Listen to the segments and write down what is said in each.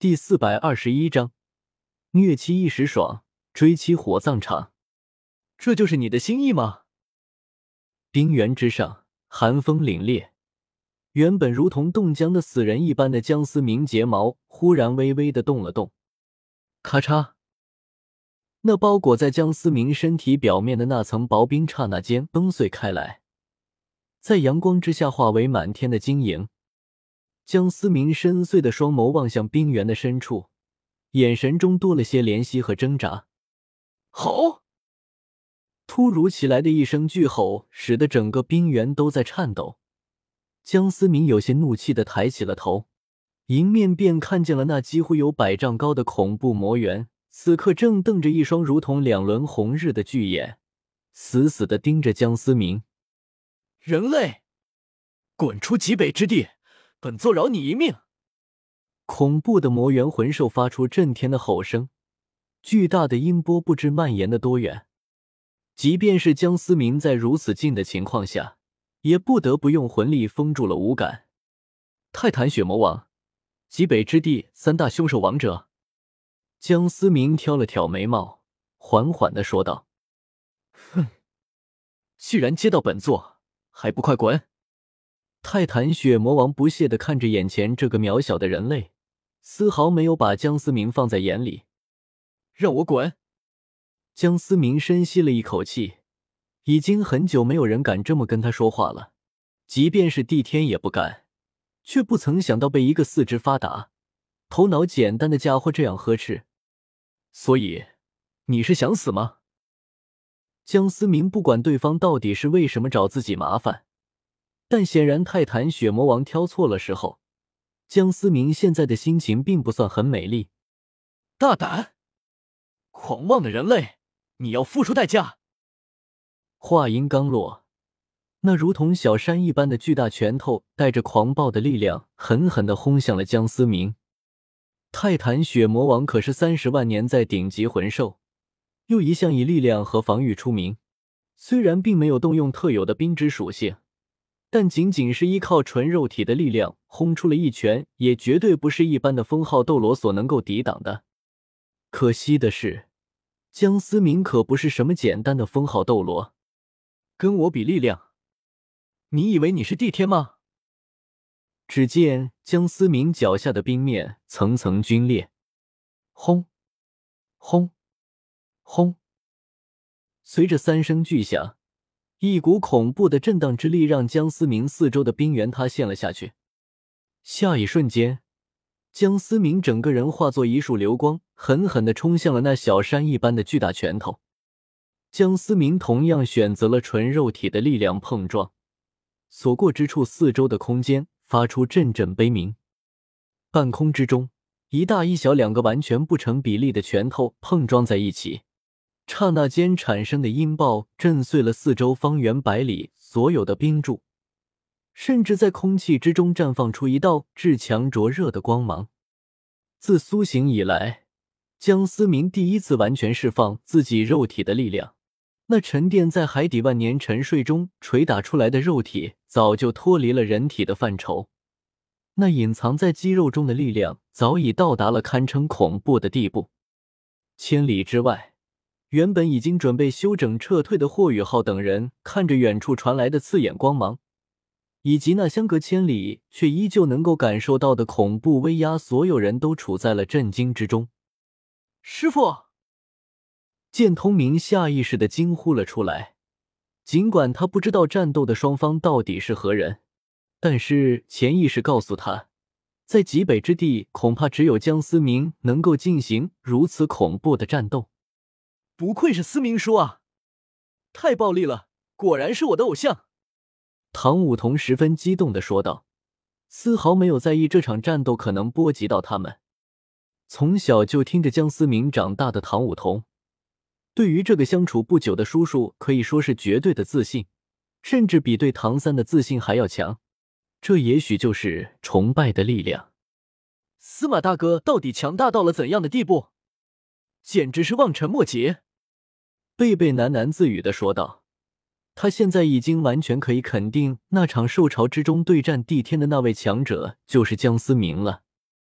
第421章，虐妻一时爽，追妻火葬场。这就是你的心意吗？冰原之上，寒风凛冽，原本如同冻僵的死人一般的江思明睫毛忽然微微的动了动，咔嚓，那包裹在江思明身体表面的那层薄冰刹那间崩碎开来，在阳光之下化为满天的晶莹。江思明深邃的双眸望向冰原的深处，眼神中多了些怜惜和挣扎。吼！突如其来的一声巨吼，使得整个冰原都在颤抖。江思明有些怒气地抬起了头，迎面便看见了那几乎有100丈高的恐怖魔猿，此刻正瞪着一双如同2轮红日的巨眼，死死地盯着江思明。人类，滚出极北之地，本座饶你一命！恐怖的魔猿魂兽发出震天的吼声，巨大的音波不知蔓延的多远。即便是江思明在如此近的情况下，也不得不用魂力封住了五感。泰坦血魔王，极北之地3大凶兽王者。江思明挑了挑眉毛，缓缓地说道：哼，既然接到本座，还不快滚！泰坦血魔王不屑地看着眼前这个渺小的人类，丝毫没有把江思明放在眼里。让我滚！江思明深吸了一口气，已经很久没有人敢这么跟他说话了，即便是帝天也不敢，却不曾想到被一个四肢发达、头脑简单的家伙这样呵斥。所以，你是想死吗？江思明不管对方到底是为什么找自己麻烦，但显然泰坦血魔王挑错了时候，江思明现在的心情并不算很美丽。大胆！狂妄的人类，你要付出代价！话音刚落，那如同小山一般的巨大拳头带着狂暴的力量狠狠地轰向了江思明。泰坦血魔王可是30万年在顶级魂兽，又一向以力量和防御出名，虽然并没有动用特有的冰之属性，但仅仅是依靠纯肉体的力量轰出了一拳，也绝对不是一般的封号斗罗所能够抵挡的。可惜的是，江思明可不是什么简单的封号斗罗，跟我比力量，你以为你是帝天吗？只见江思明脚下的冰面层层皲裂，轰轰轰，随着3声巨响，一股恐怖的震荡之力让江思明四周的冰原塌陷了下去。下一瞬间，江思明整个人化作一束流光，狠狠地冲向了那小山一般的巨大拳头。江思明同样选择了纯肉体的力量碰撞，所过之处四周的空间发出阵阵悲鸣。半空之中，一大一小2个完全不成比例的拳头碰撞在一起，刹那间产生的音爆震碎了四周方圆100里所有的冰柱，甚至在空气之中绽放出一道至强灼热的光芒。自苏醒以来，江思明第一次完全释放自己肉体的力量，那沉淀在海底万年沉睡中捶打出来的肉体早就脱离了人体的范畴，那隐藏在肌肉中的力量早已到达了堪称恐怖的地步。千里之外，原本已经准备休整撤退的霍雨浩等人看着远处传来的刺眼光芒，以及那相隔千里却依旧能够感受到的恐怖威压，所有人都处在了震惊之中。师父！剑通明下意识地惊呼了出来，尽管他不知道战斗的双方到底是何人，但是潜意识告诉他，在极北之地恐怕只有江思明能够进行如此恐怖的战斗。不愧是思明叔啊，太暴力了，果然是我的偶像。唐武同十分激动地说道，丝毫没有在意这场战斗可能波及到他们。从小就听着江思明长大的唐武同，对于这个相处不久的叔叔可以说是绝对的自信，甚至比对唐三的自信还要强。这也许就是崇拜的力量。司马大哥到底强大到了怎样的地步？简直是望尘莫及。贝贝喃喃自语地说道，他现在已经完全可以肯定那场兽潮之中对战帝天的那位强者就是江思明了。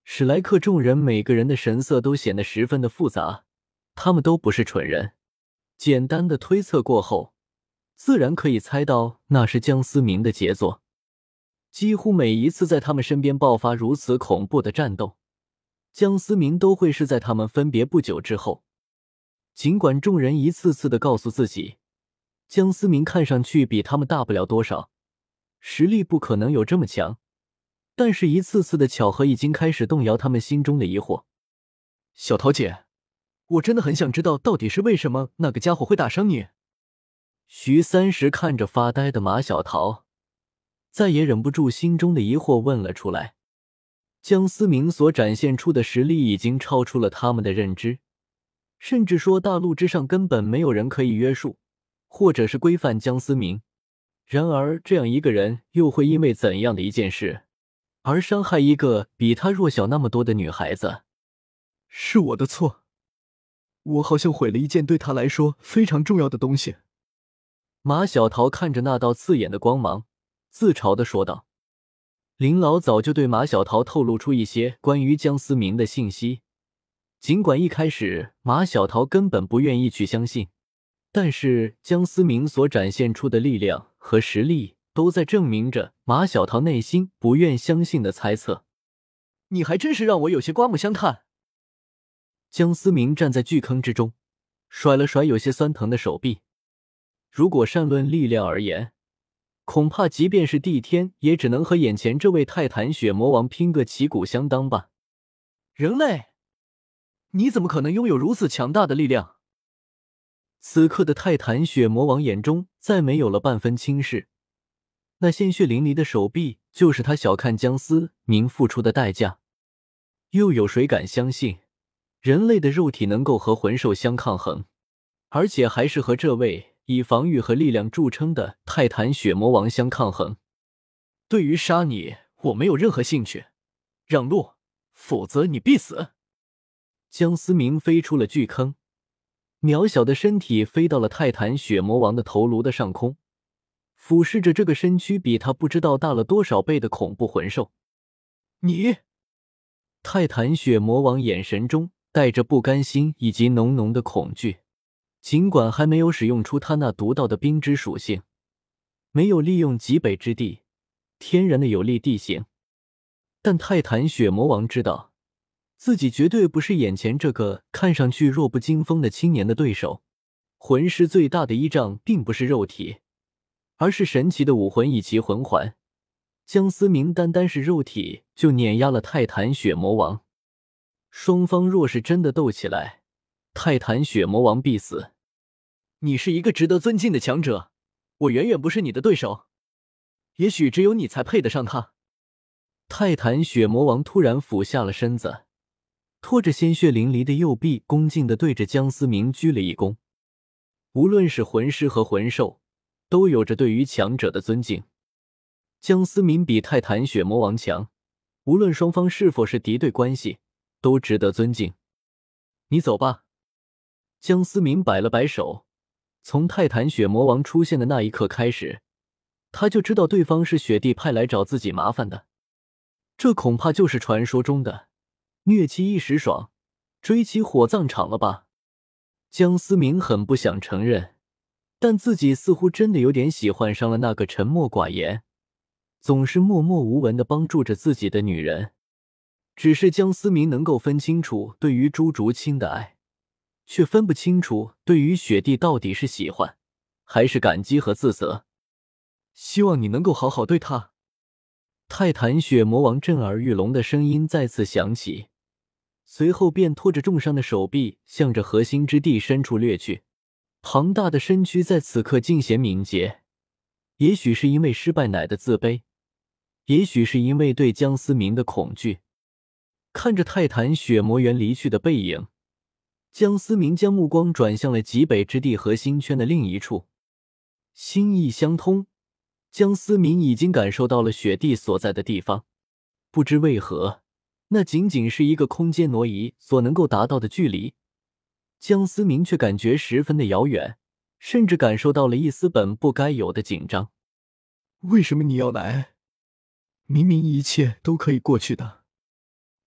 史莱克众人每个人的神色都显得十分的复杂，他们都不是蠢人，简单的推测过后，自然可以猜到那是江思明的杰作。几乎每一次在他们身边爆发如此恐怖的战斗，江思明都会是在他们分别不久之后。尽管众人一次次的告诉自己，江思明看上去比他们大不了多少，实力不可能有这么强，但是一次次的巧合已经开始动摇他们心中的疑惑。小桃姐，我真的很想知道到底是为什么那个家伙会打伤你。徐三石看着发呆的马小桃，再也忍不住心中的疑惑问了出来。江思明所展现出的实力已经超出了他们的认知，甚至说大陆之上根本没有人可以约束或者是规范江思明。然而这样一个人又会因为怎样的一件事而伤害一个比他弱小那么多的女孩子？ 是我的错，我好像毁了一件对他来说非常重要的东西。 马小桃看着那道刺眼的光芒，自嘲地说道。林老早就对马小桃透露出一些关于江思明的信息，尽管一开始马小桃根本不愿意去相信，但是江思明所展现出的力量和实力都在证明着马小桃内心不愿相信的猜测。你还真是让我有些刮目相看。江思明站在巨坑之中，甩了甩有些酸疼的手臂。如果善论力量而言，恐怕即便是帝天也只能和眼前这位泰坦血魔王拼个旗鼓相当吧。人类，你怎么可能拥有如此强大的力量？此刻的泰坦血魔王眼中再没有了半分轻视，那鲜血淋漓的手臂就是他小看江思明付出的代价。又有谁敢相信人类的肉体能够和魂兽相抗衡，而且还是和这位以防御和力量著称的泰坦血魔王相抗衡？对于杀你，我没有任何兴趣，让路，否则你必死。江思明飞出了巨坑，渺小的身体飞到了泰坦血魔王的头颅的上空，俯视着这个身躯比他不知道大了多少倍的恐怖魂兽。你！泰坦血魔王眼神中带着不甘心以及浓浓的恐惧，尽管还没有使用出他那独到的冰之属性，没有利用极北之地天然的有利地形，但泰坦血魔王知道自己绝对不是眼前这个看上去弱不禁风的青年的对手。魂师最大的依仗并不是肉体，而是神奇的武魂以及魂环。江思明单单是肉体就碾压了泰坦血魔王，双方若是真的斗起来，泰坦血魔王必死。你是一个值得尊敬的强者，我远远不是你的对手，也许只有你才配得上他。泰坦血魔王突然俯下了身子，拖着鲜血淋漓的右臂恭敬地对着江思明鞠了一躬。无论是魂师和魂兽，都有着对于强者的尊敬。江思明比泰坦血魔王强，无论双方是否是敌对关系，都值得尊敬。你走吧。江思明摆了摆手，从泰坦血魔王出现的那一刻开始，他就知道对方是雪帝派来找自己麻烦的。这恐怕就是传说中的虐妻一时爽，追妻火葬场了吧？江思明很不想承认，但自己似乎真的有点喜欢上了那个沉默寡言，总是默默无闻地帮助着自己的女人。只是江思明能够分清楚对于朱竹清的爱，却分不清楚对于雪帝到底是喜欢还是感激和自责。希望你能够好好对他。泰坦血魔王震耳欲聋的声音再次响起，随后便拖着重伤的手臂向着核心之地深处掠去。庞大的身躯在此刻尽显敏捷，也许是因为失败乃的自卑，也许是因为对江思明的恐惧。看着泰坦血魔猿离去的背影，江思明将目光转向了极北之地核心圈的另一处。心意相通，江思明已经感受到了雪帝所在的地方。不知为何，那仅仅是一个空间挪移所能够达到的距离，江思明却感觉十分的遥远，甚至感受到了一丝本不该有的紧张。 为什么你要来？明明一切都可以过去的。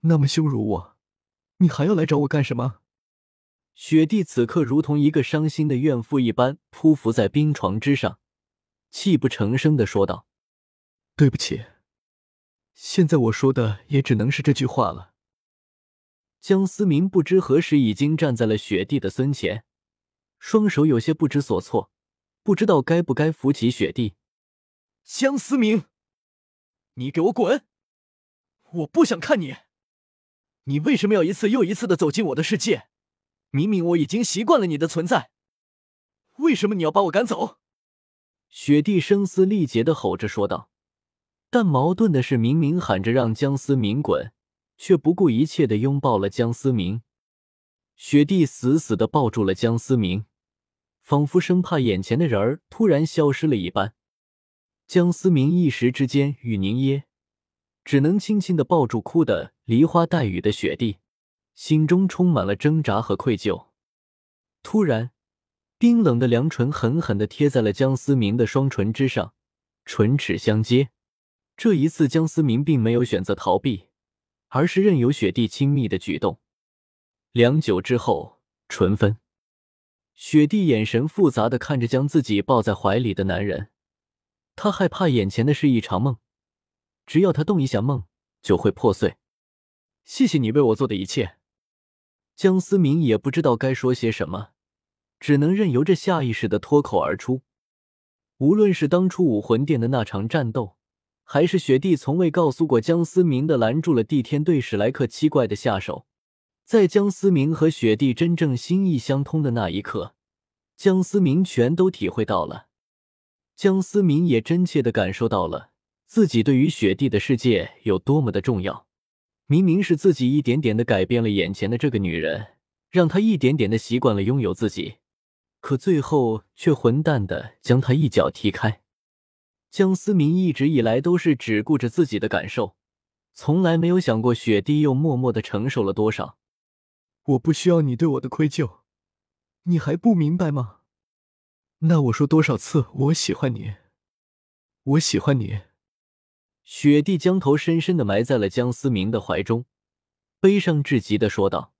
那么羞辱我，你还要来找我干什么？ 雪帝此刻如同一个伤心的怨妇一般，匍匐在冰床之上，泣不成声地说道：“ 对不起，现在我说的也只能是这句话了。” 江思明不知何时已经站在了雪帝的孙前，双手有些不知所措，不知道该不该扶起雪帝。 江思明，你给我滚！我不想看你！你为什么要一次又一次的走进我的世界？明明我已经习惯了你的存在，为什么你要把我赶走？ 雪帝声嘶力竭地吼着说道。但矛盾的是，明明喊着让江思明滚，却不顾一切地拥抱了江思明。雪帝死死地抱住了江思明，仿佛生怕眼前的人儿突然消失了一般。江思明一时之间语凝噎，只能轻轻地抱住哭得梨花带雨的雪帝，心中充满了挣扎和愧疚。突然，冰冷的凉唇狠狠地贴在了江思明的双唇之上，唇齿相接。这一次江思明并没有选择逃避，而是任由雪帝亲密的举动。良久之后，唇分。雪帝眼神复杂地看着将自己抱在怀里的男人，他害怕眼前的是一场梦，只要他动一下梦就会破碎。 谢谢你为我做的一切。 江思明也不知道该说些什么，只能任由着下意识地脱口而出。无论是当初武魂殿的那场战斗，还是雪帝从未告诉过江思明的拦住了帝天对史莱克七怪的下手，在江思明和雪帝真正心意相通的那一刻，江思明全都体会到了。江思明也真切地感受到了自己对于雪帝的世界有多么的重要。明明是自己一点点地改变了眼前的这个女人，让她一点点地习惯了拥有自己，可最后却混蛋地将她一脚踢开。江思明一直以来都是只顾着自己的感受，从来没有想过雪帝又默默地承受了多少。 我不需要你对我的愧疚，你还不明白吗？那我说多少次我喜欢你，我喜欢你。 雪帝将头深深地埋在了江思明的怀中，悲伤至极地说道。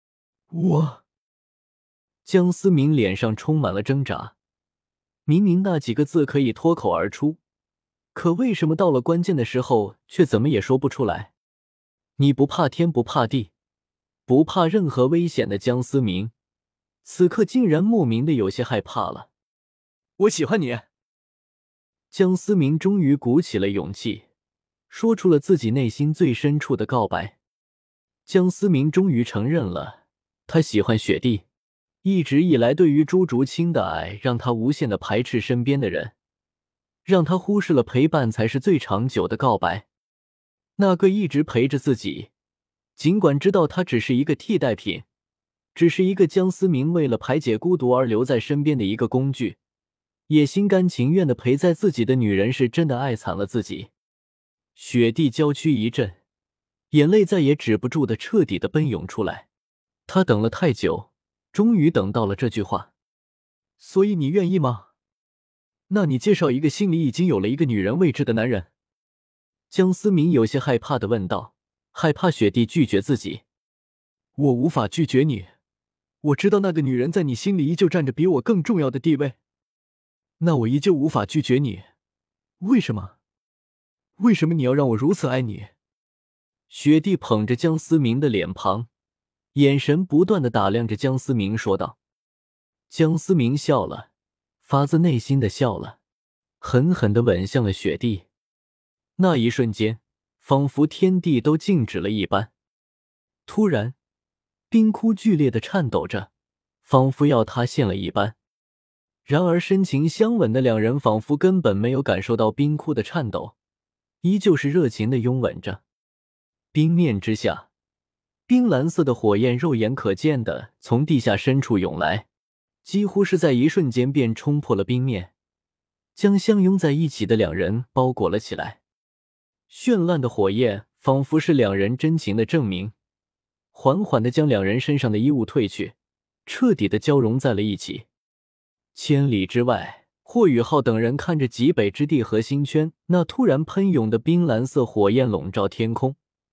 江思明脸上充满了挣扎，明明那几个字可以脱口而出，可为什么到了关键的时候却怎么也说不出来？你不怕天不怕地，不怕任何危险的江思明，此刻竟然莫名的有些害怕了。 我喜欢你。 江思明终于鼓起了勇气，说出了自己内心最深处的告白。江思明终于承认了，他喜欢雪帝。一直以来对于朱竹清的爱，让他无限的排斥身边的人，让他忽视了陪伴才是最长久的告白。那个一直陪着自己，尽管知道他只是一个替代品，只是一个江思明为了排解孤独而留在身边的一个工具，也心甘情愿地陪在自己的女人，是真的爱惨了自己。雪帝娇躯一震，眼泪再也止不住的彻底的奔涌出来。他等了太久，终于等到了这句话。 所以你愿意吗？那你介绍一个心里已经有了一个女人位置的男人。 江思明有些害怕地问道，害怕雪帝拒绝自己。 我无法拒绝你，我知道那个女人在你心里依旧占着比我更重要的地位。那我依旧无法拒绝你，为什么？为什么你要让我如此爱你？ 雪帝捧着江思明的脸庞，眼神不断地打量着江思明说道。江思明笑了，发自内心的笑了，狠狠地吻向了雪帝。那一瞬间，仿佛天地都静止了一般。突然，冰窟剧烈地颤抖着，仿佛要塌陷了一般。然而深情相吻的两人仿佛根本没有感受到冰窟的颤抖，依旧是热情地拥吻着。冰面之下，冰蓝色的火焰肉眼可见的从地下深处涌来，几乎是在一瞬间便冲破了冰面，将相拥在一起的两人包裹了起来。绚烂的火焰仿佛是两人真情的证明，缓缓地将两人身上的衣物褪去，彻底地交融在了一起。千里之外，霍雨浩等人看着极北之地核心圈那突然喷涌的冰蓝色火焰笼罩天空，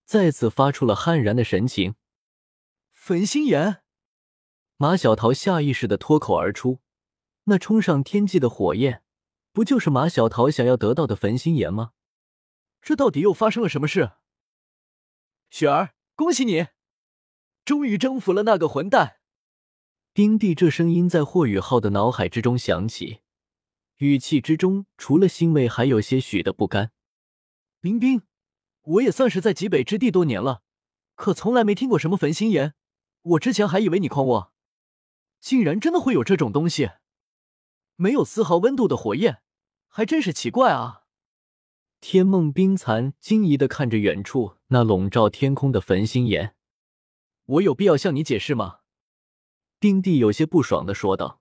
再次发出了悍然的神情。 焚心炎！ 马小桃下意识地脱口而出，那冲上天际的火焰，不就是马小桃想要得到的焚心炎吗？ 这到底又发生了什么事？雪儿，恭喜你，终于征服了那个混蛋！ 冰帝这声音在霍雨浩的脑海之中响起，语气之中除了欣慰，还有些许的不甘。 冰冰，我也算是在极北之地多年了，可从来没听过什么焚心炎，我之前还以为你诓我，竟然真的会有这种东西，没有丝毫温度的火焰，还真是奇怪啊！ 天梦冰蚕惊疑地看着远处那笼罩天空的焚心炎。 我有必要向你解释吗？ 冰帝有些不爽地说道。